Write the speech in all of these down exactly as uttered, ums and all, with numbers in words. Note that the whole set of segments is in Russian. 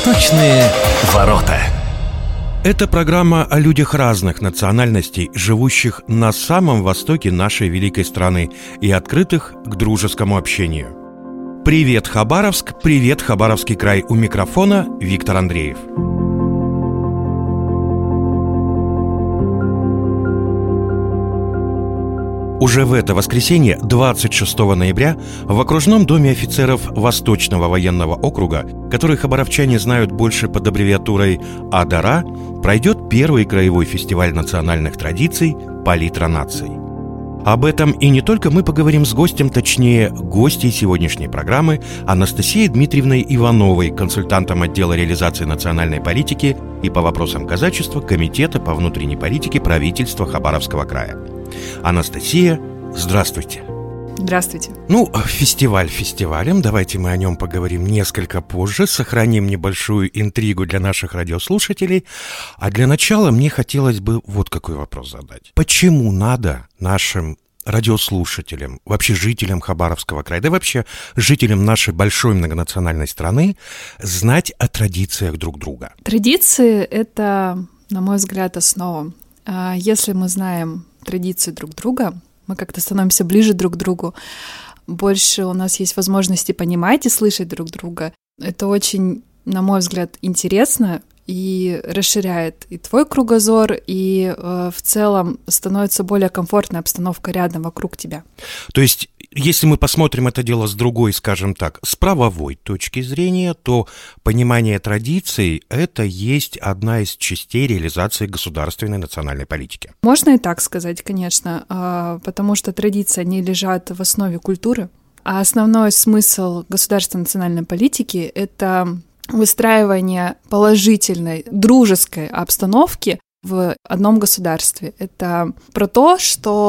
Восточные ворота. Это программа о людях разных национальностей, живущих на самом востоке нашей великой страны и открытых к дружескому общению. Привет, Хабаровск! Привет, Хабаровский край! У микрофона Виктор Андреев. Уже в это воскресенье, двадцать шестого ноября, в окружном доме офицеров Восточного военного округа, который хабаровчане знают больше под аббревиатурой АДАРА, пройдет первый краевой фестиваль национальных традиций «Палитра наций». Об этом и не только мы поговорим с гостем, точнее, гостьей сегодняшней программы Анастасией Дмитриевной Ивановой, консультантом отдела реализации национальной политики и по вопросам казачества Комитета по внутренней политике правительства Хабаровского края. Анастасия, здравствуйте. Здравствуйте. Ну, фестиваль фестивалем, давайте мы о нем поговорим несколько позже, сохраним небольшую интригу для наших радиослушателей. А для начала мне хотелось бы вот какой вопрос задать. Почему надо нашим радиослушателям, вообще жителям Хабаровского края, да вообще жителям нашей большой многонациональной страны знать о традициях друг друга? Традиции — это, на мой взгляд, основа. Если мы знаем традиции друг друга, мы как-то становимся ближе друг к другу, больше у нас есть возможности понимать и слышать друг друга. Это очень, на мой взгляд, интересно и расширяет и твой кругозор, и э, в целом становится более комфортная обстановка рядом, вокруг тебя. То есть, если мы посмотрим это дело с другой, скажем так, с правовой точки зрения, то понимание традиций — это есть одна из частей реализации государственной национальной политики. Можно и так сказать, конечно, э, потому что традиции, они лежат в основе культуры, а основной смысл государственной национальной политики — это выстраивание положительной, дружеской обстановки в одном государстве. Это про то,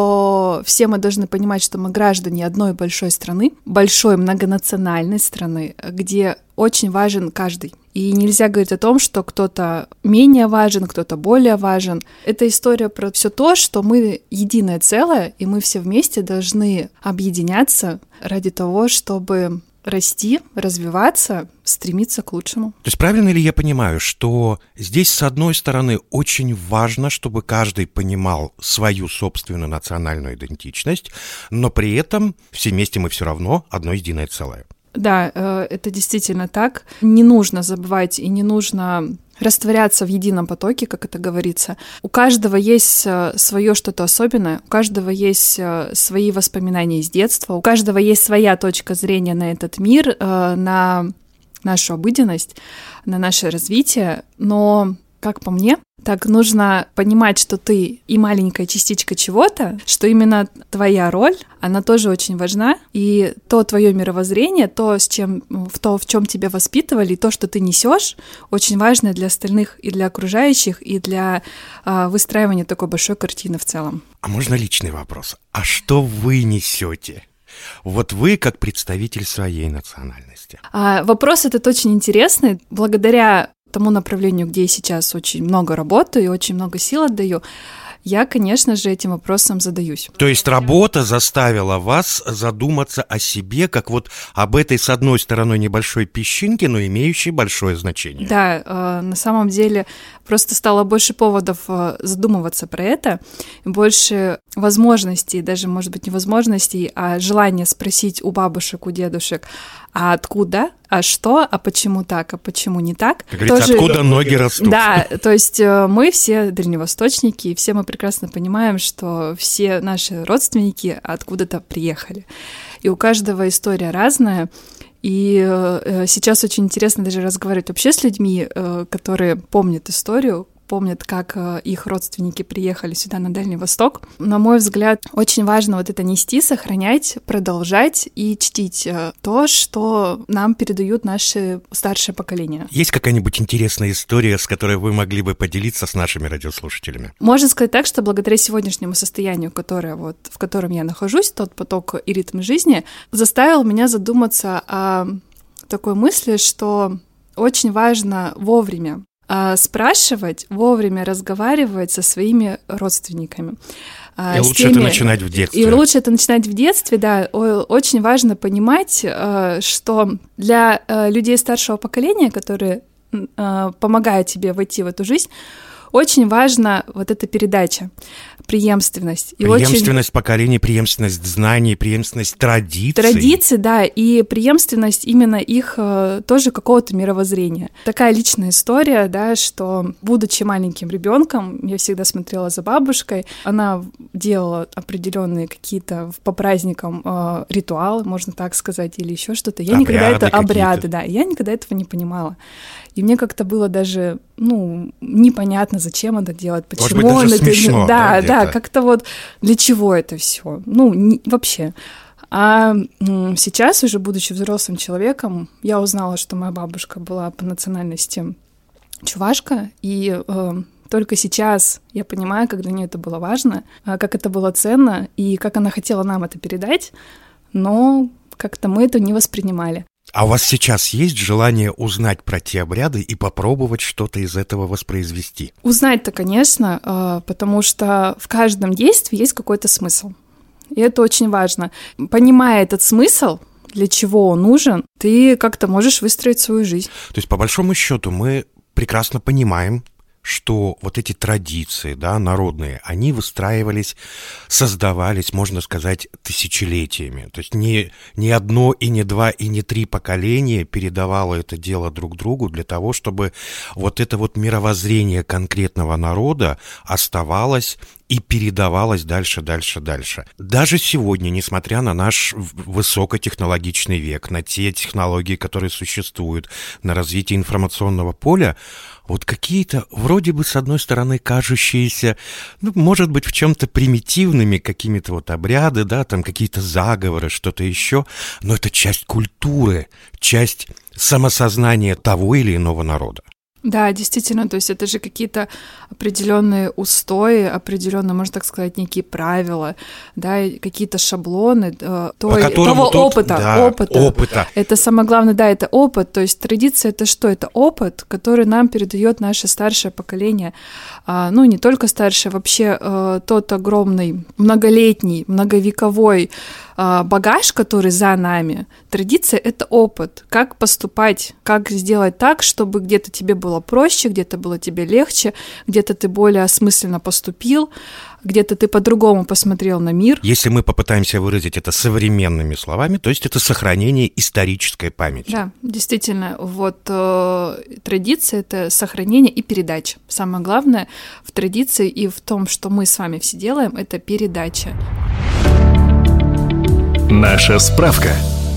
что все мы должны понимать, что мы граждане одной большой страны, большой многонациональной страны, где очень важен каждый. И нельзя говорить о том, что кто-то менее важен, кто-то более важен. Это история про все то, что мы единое целое, и мы все вместе должны объединяться ради того, чтобы расти, развиваться, стремиться к лучшему. То есть правильно ли я понимаю, что здесь, с одной стороны, очень важно, чтобы каждый понимал свою собственную национальную идентичность, но при этом все вместе мы все равно одно единое целое? Да, это действительно так. Не нужно забывать и не нужно растворяться в едином потоке, как это говорится. У каждого есть свое что-то особенное, у каждого есть свои воспоминания из детства, у каждого есть своя точка зрения на этот мир, на нашу обыденность, на наше развитие, но, как по мне, так нужно понимать, что ты и маленькая частичка чего-то, что именно твоя роль, она тоже очень важна, и то твое мировоззрение, то, с чем, в то, в чем тебя воспитывали, и то, что ты несешь, очень важно для остальных и для окружающих, и для а, выстраивания такой большой картины в целом. А можно личный вопрос? А что вы несете? Вот вы как представитель своей национальности. А, вопрос этот очень интересный. Благодаря тому направлению, где я сейчас очень много работаю и очень много сил отдаю, я, конечно же, этим вопросом задаюсь. То есть работа заставила вас задуматься о себе, как вот об этой, с одной стороны, небольшой песчинке, но имеющей большое значение. Да, э, на самом деле просто стало больше поводов э, задумываться про это, больше возможностей, даже, может быть, не возможностей, а желания спросить у бабушек, у дедушек, а откуда, а что, а почему так, а почему не так. Как говорится, тоже... откуда ноги растут. Да, то есть э, мы все дальневосточники, и все мы прекрасно понимаем, что все наши родственники откуда-то приехали. И у каждого история разная. И э, сейчас очень интересно даже разговаривать вообще с людьми, э, которые помнят историю, помнят, как э, их родственники приехали сюда, на Дальний Восток. На мой взгляд, очень важно вот это нести, сохранять, продолжать и чтить э, то, что нам передают наши старшее поколение. Есть какая-нибудь интересная история, с которой вы могли бы поделиться с нашими радиослушателями? Можно сказать так, что благодаря сегодняшнему состоянию, которое, вот, в котором я нахожусь, тот поток и ритм жизни, заставил меня задуматься о такой мысли, что очень важно вовремя спрашивать, вовремя разговаривать со своими родственниками. И лучше теми... это начинать в детстве. И лучше это начинать в детстве, да. Очень важно понимать, что для людей старшего поколения, которые э, помогает тебе войти в эту жизнь, очень важна вот эта передача, преемственность. И преемственность очень... поколений, преемственность знаний, преемственность традиций. Традиции, да, и преемственность именно их э, тоже какого-то мировоззрения. Такая личная история, да, что, будучи маленьким ребенком, я всегда смотрела за бабушкой, она делала определенные какие-то по праздникам э, ритуалы, можно так сказать, или еще что-то. Я обряды никогда это какие-то. обряды, да, я никогда этого не понимала. И мне как-то было даже, ну, непонятно, зачем это делать, почему Может быть, даже он смешно, это... Да, да, да, как-то вот для чего это все? Ну, не, вообще. А м, сейчас, уже будучи взрослым человеком, я узнала, что моя бабушка была по национальности чувашка, и э, только сейчас я понимаю, как для нее это было важно, как это было ценно, и как она хотела нам это передать, но как-то мы это не воспринимали. А у вас сейчас есть желание узнать про те обряды и попробовать что-то из этого воспроизвести? Узнать-то, конечно, потому что в каждом действии есть какой-то смысл. И это очень важно. Понимая этот смысл, для чего он нужен, ты как-то можешь выстроить свою жизнь. То есть, по большому счету, мы прекрасно понимаем, что вот эти традиции, да, народные, они выстраивались, создавались, можно сказать, тысячелетиями. То есть не, не одно, и не два, и не три поколения передавало это дело друг другу для того, чтобы вот это вот мировоззрение конкретного народа оставалось и передавалось дальше, дальше, дальше. Даже сегодня, несмотря на наш высокотехнологичный век, на те технологии, которые существуют, на развитие информационного поля, вот какие-то, вроде бы, с одной стороны, кажущиеся, ну, может быть, в чем-то примитивными какими-то вот обряды, да, там какие-то заговоры, что-то еще, но это часть культуры, часть самосознания того или иного народа. Да, действительно, то есть это же какие-то определенные устои, определенные, можно так сказать, некие правила, да, какие-то шаблоны э, той, того тот, опыта, да, опыта. опыта. Это самое главное, да, это опыт. То есть традиция — это что? Это опыт, который нам передает наше старшее поколение. А, ну, не только старшее, вообще э, тот огромный, многолетний, многовековой э, багаж, который за нами. Традиция — это опыт. Как поступать, как сделать так, чтобы где-то тебе было было проще, где-то было тебе легче, где-то ты более осмысленно поступил, где-то ты по-другому посмотрел на мир. Если мы попытаемся выразить это современными словами, то есть это сохранение исторической памяти. Да, действительно, вот э, традиция — это сохранение и передача. Самое главное в традиции и в том, что мы с вами все делаем, это передача. Наша справка.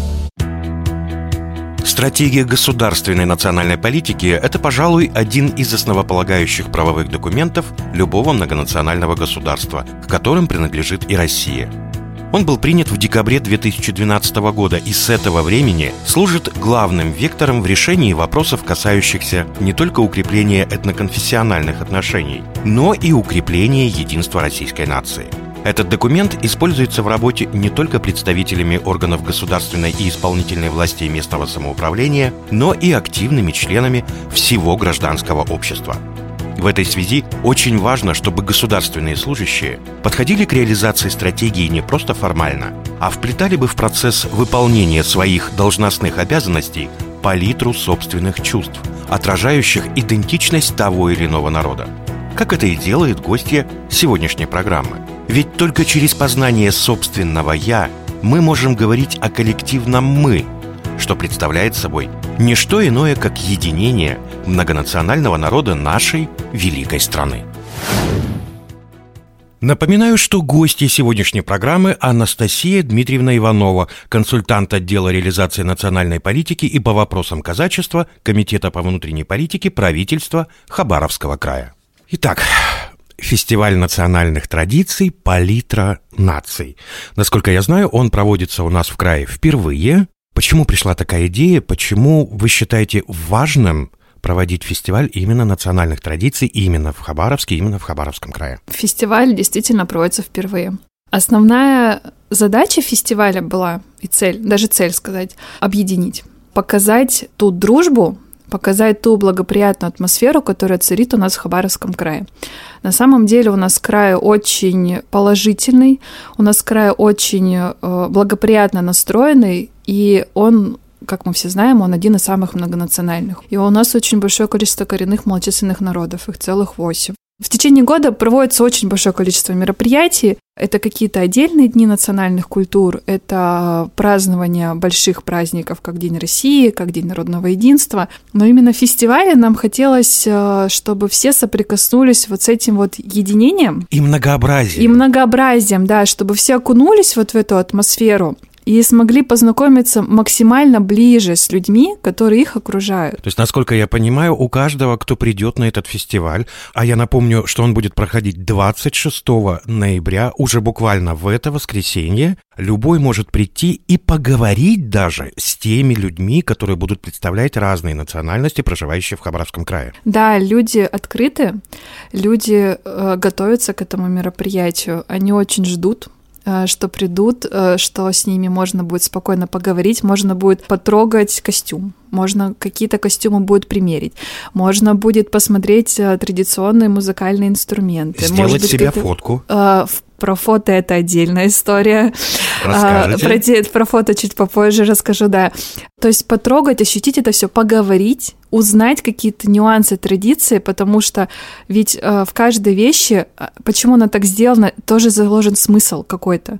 Стратегия государственной национальной политики – это, пожалуй, один из основополагающих правовых документов любого многонационального государства, к которым принадлежит и Россия. Он был принят в декабре две тысячи двенадцатого года и с этого времени служит главным вектором в решении вопросов, касающихся не только укрепления этноконфессиональных отношений, но и укрепления единства российской нации. Этот документ используется в работе не только представителями органов государственной и исполнительной власти и местного самоуправления, но и активными членами всего гражданского общества. В этой связи очень важно, чтобы государственные служащие подходили к реализации стратегии не просто формально, а вплетали бы в процесс выполнения своих должностных обязанностей палитру собственных чувств, отражающих идентичность того или иного народа, как это и делает гостья сегодняшней программы. Ведь только через познание собственного «я» мы можем говорить о коллективном «мы», что представляет собой не что иное, как единение многонационального народа нашей великой страны. Напоминаю, что гостья сегодняшней программы Анастасия Дмитриевна Иванова, консультант отдела реализации национальной политики и по вопросам казачества Комитета по внутренней политике правительства Хабаровского края. Итак, фестиваль национальных традиций «Палитра наций». Насколько я знаю, он проводится у нас в крае впервые. Почему пришла такая идея? Почему вы считаете важным проводить фестиваль именно национальных традиций именно в Хабаровске, именно в Хабаровском крае? Фестиваль действительно проводится впервые. Основная задача фестиваля была, и цель, даже цель сказать, объединить, показать ту дружбу, показать ту благоприятную атмосферу, которая царит у нас в Хабаровском крае. На самом деле у нас край очень положительный, у нас край очень благоприятно настроенный, и он как мы все знаем, он один из самых многонациональных. И у нас очень большое количество коренных малочисленных народов, их целых восемь. В течение года проводится очень большое количество мероприятий. Это какие-то отдельные дни национальных культур, это празднование больших праздников, как День России, как День народного единства. Но именно в фестивале нам хотелось, чтобы все соприкоснулись вот с этим вот единением. И многообразием. И многообразием, да, чтобы все окунулись вот в эту атмосферу и смогли познакомиться максимально ближе с людьми, которые их окружают. То есть, насколько я понимаю, у каждого, кто придет на этот фестиваль, а я напомню, что он будет проходить двадцать шестого ноября, уже буквально в это воскресенье, любой может прийти и поговорить даже с теми людьми, которые будут представлять разные национальности, проживающие в Хабаровском крае. Да, люди открыты, люди э, готовятся к этому мероприятию, они очень ждут, что придут, что с ними можно будет спокойно поговорить, можно будет потрогать костюм, можно какие-то костюмы будет примерить, можно будет посмотреть традиционные музыкальные инструменты. Сделать может быть, себе фотку. Про фото это отдельная история. Расскажите. Про, про фото чуть попозже расскажу, да. То есть потрогать, ощутить это все, поговорить, узнать какие-то нюансы традиции, потому что ведь э, в каждой вещи, почему она так сделана, тоже заложен смысл какой-то.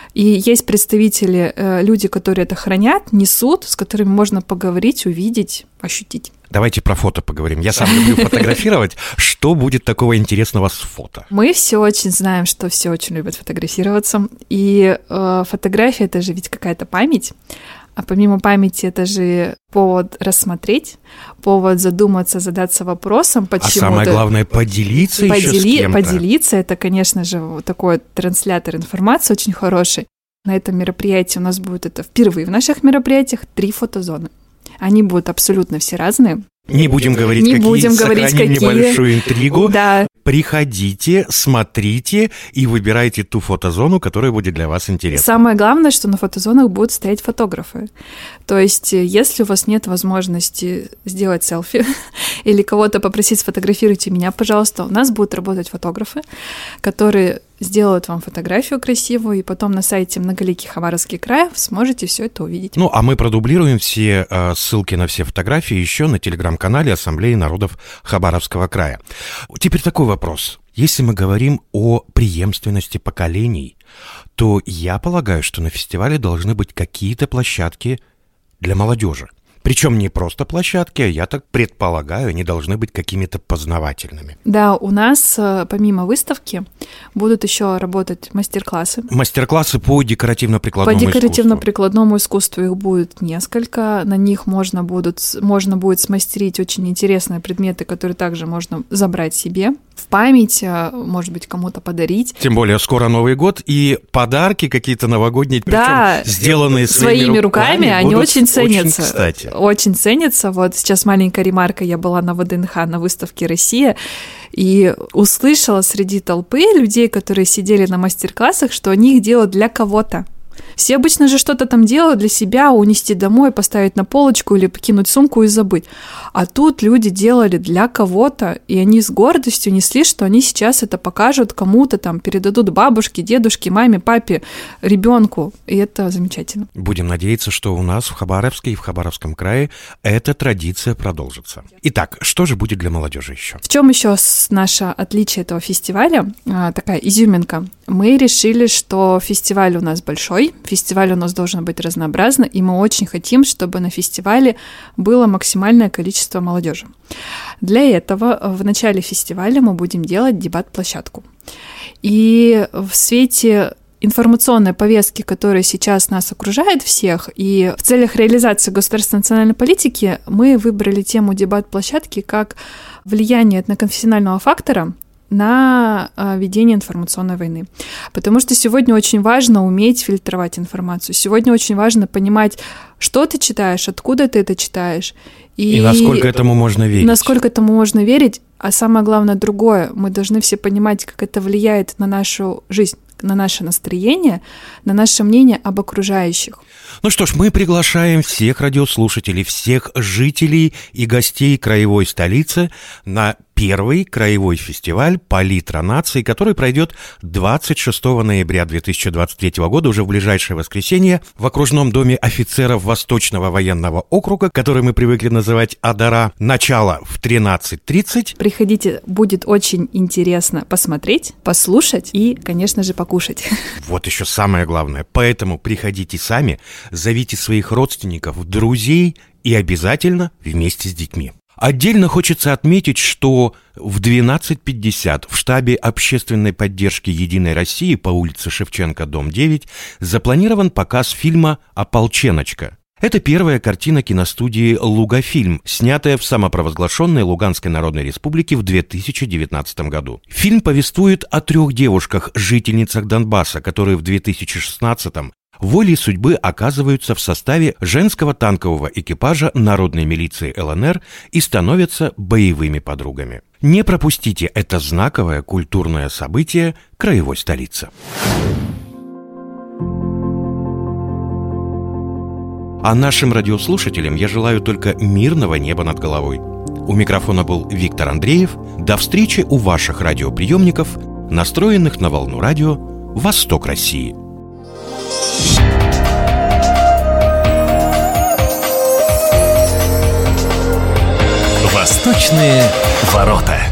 И есть представители, э, люди, которые это хранят, несут, с которыми можно поговорить, увидеть, ощутить. Давайте про фото поговорим. Я сам люблю фотографировать. Что будет такого интересного с фото? Мы все очень знаем, что все очень любят фотографироваться. И э, фотография — это же ведь какая-то память. А помимо памяти, это же повод рассмотреть, повод задуматься, задаться вопросом, почему. А самое главное, поделиться Подели... еще с кем-то. Поделиться — это, конечно же, вот такой транслятор информации очень хороший. На этом мероприятии у нас будет это впервые в наших мероприятиях три фотозоны. Они будут абсолютно все разные. Не будем говорить, Не какие, будем говорить, сохраним какие. небольшую интригу. Да. Приходите, смотрите и выбирайте ту фотозону, которая будет для вас интересна. Самое главное, что на фотозонах будут стоять фотографы. То есть, если у вас нет возможности сделать селфи или кого-то попросить сфотографируйте меня, пожалуйста, у нас будут работать фотографы, которые сделают вам фотографию красивую, и потом на сайте Многоликий Хабаровский край сможете все это увидеть. Ну, а мы продублируем все э, ссылки на все фотографии еще на телеграм-канале Ассамблеи народов Хабаровского края. Теперь такой вопрос. Если мы говорим о преемственности поколений, то я полагаю, что на фестивале должны быть какие-то площадки для молодежи. Причем не просто площадки, а я так предполагаю, они должны быть какими-то познавательными. Да, у нас помимо выставки будут еще работать мастер-классы. Мастер-классы по декоративно-прикладному искусству. По искусству. декоративно-прикладному искусству их будет несколько. На них можно, будут, можно будет смастерить очень интересные предметы, которые также можно забрать себе в память, может быть, кому-то подарить. Тем более скоро Новый год, и подарки какие-то новогодние, да, причем сделанные своими, своими руками, руками они очень ценятся. Очень кстати. Очень ценятся. Вот сейчас маленькая ремарка. Я была на ВДНХ на выставке «Россия» и услышала среди толпы людей, которые сидели на мастер-классах, что они их делают для кого-то. Все обычно же что-то там делают для себя, унести домой, поставить на полочку или покинуть сумку и забыть. А тут люди делали для кого-то, и они с гордостью несли, что они сейчас это покажут кому-то, там, передадут бабушке, дедушке, маме, папе, ребенку. И это замечательно. Будем надеяться, что у нас в Хабаровске и в Хабаровском крае эта традиция продолжится. Итак, что же будет для молодежи еще? В чем еще наше отличие этого фестиваля? Такая изюминка. Мы решили, что фестиваль у нас большой, фестиваль у нас должен быть разнообразный, и мы очень хотим, чтобы на фестивале было максимальное количество молодежи. Для этого в начале фестиваля мы будем делать дебат-площадку. И в свете информационной повестки, которая сейчас нас окружает всех, и в целях реализации государственной национальной политики мы выбрали тему дебат-площадки как влияние этноконфессионального фактора на ведение информационной войны. Потому что сегодня очень важно уметь фильтровать информацию. Сегодня очень важно понимать, что ты читаешь, откуда ты это читаешь. И, и насколько этому можно верить. Насколько этому можно верить. А самое главное другое. Мы должны все понимать, как это влияет на нашу жизнь, на наше настроение, на наше мнение об окружающих. Ну что ж, мы приглашаем всех радиослушателей, всех жителей и гостей краевой столицы на первый краевой фестиваль «Палитра наций», который пройдет двадцать шестого ноября две тысячи двадцать третьего года, уже в ближайшее воскресенье, в окружном доме офицеров Восточного военного округа, который мы привыкли называть «Адара». Начало в тринадцать тридцать. Приходите, будет очень интересно посмотреть, послушать и, конечно же, покушать. Вот еще самое главное. Поэтому приходите сами, зовите своих родственников, друзей и обязательно вместе с детьми. Отдельно хочется отметить, что в двенадцать пятьдесят в штабе общественной поддержки «Единой России» по улице Шевченко, дом девять, запланирован показ фильма «Ополченочка». Это первая картина киностудии «Лугофильм», снятая в самопровозглашенной Луганской Народной Республике в две тысячи девятнадцатом году. Фильм повествует о трех девушках, жительницах Донбасса, которые в две тысячи шестнадцатом волей судьбы оказываются в составе женского танкового экипажа Народной милиции ЛНР и становятся боевыми подругами. Не пропустите это знаковое культурное событие краевой столицы. А нашим радиослушателям я желаю только мирного неба над головой. У микрофона был Виктор Андреев. До встречи у ваших радиоприемников, настроенных на волну радио «Восток России». Восточные ворота.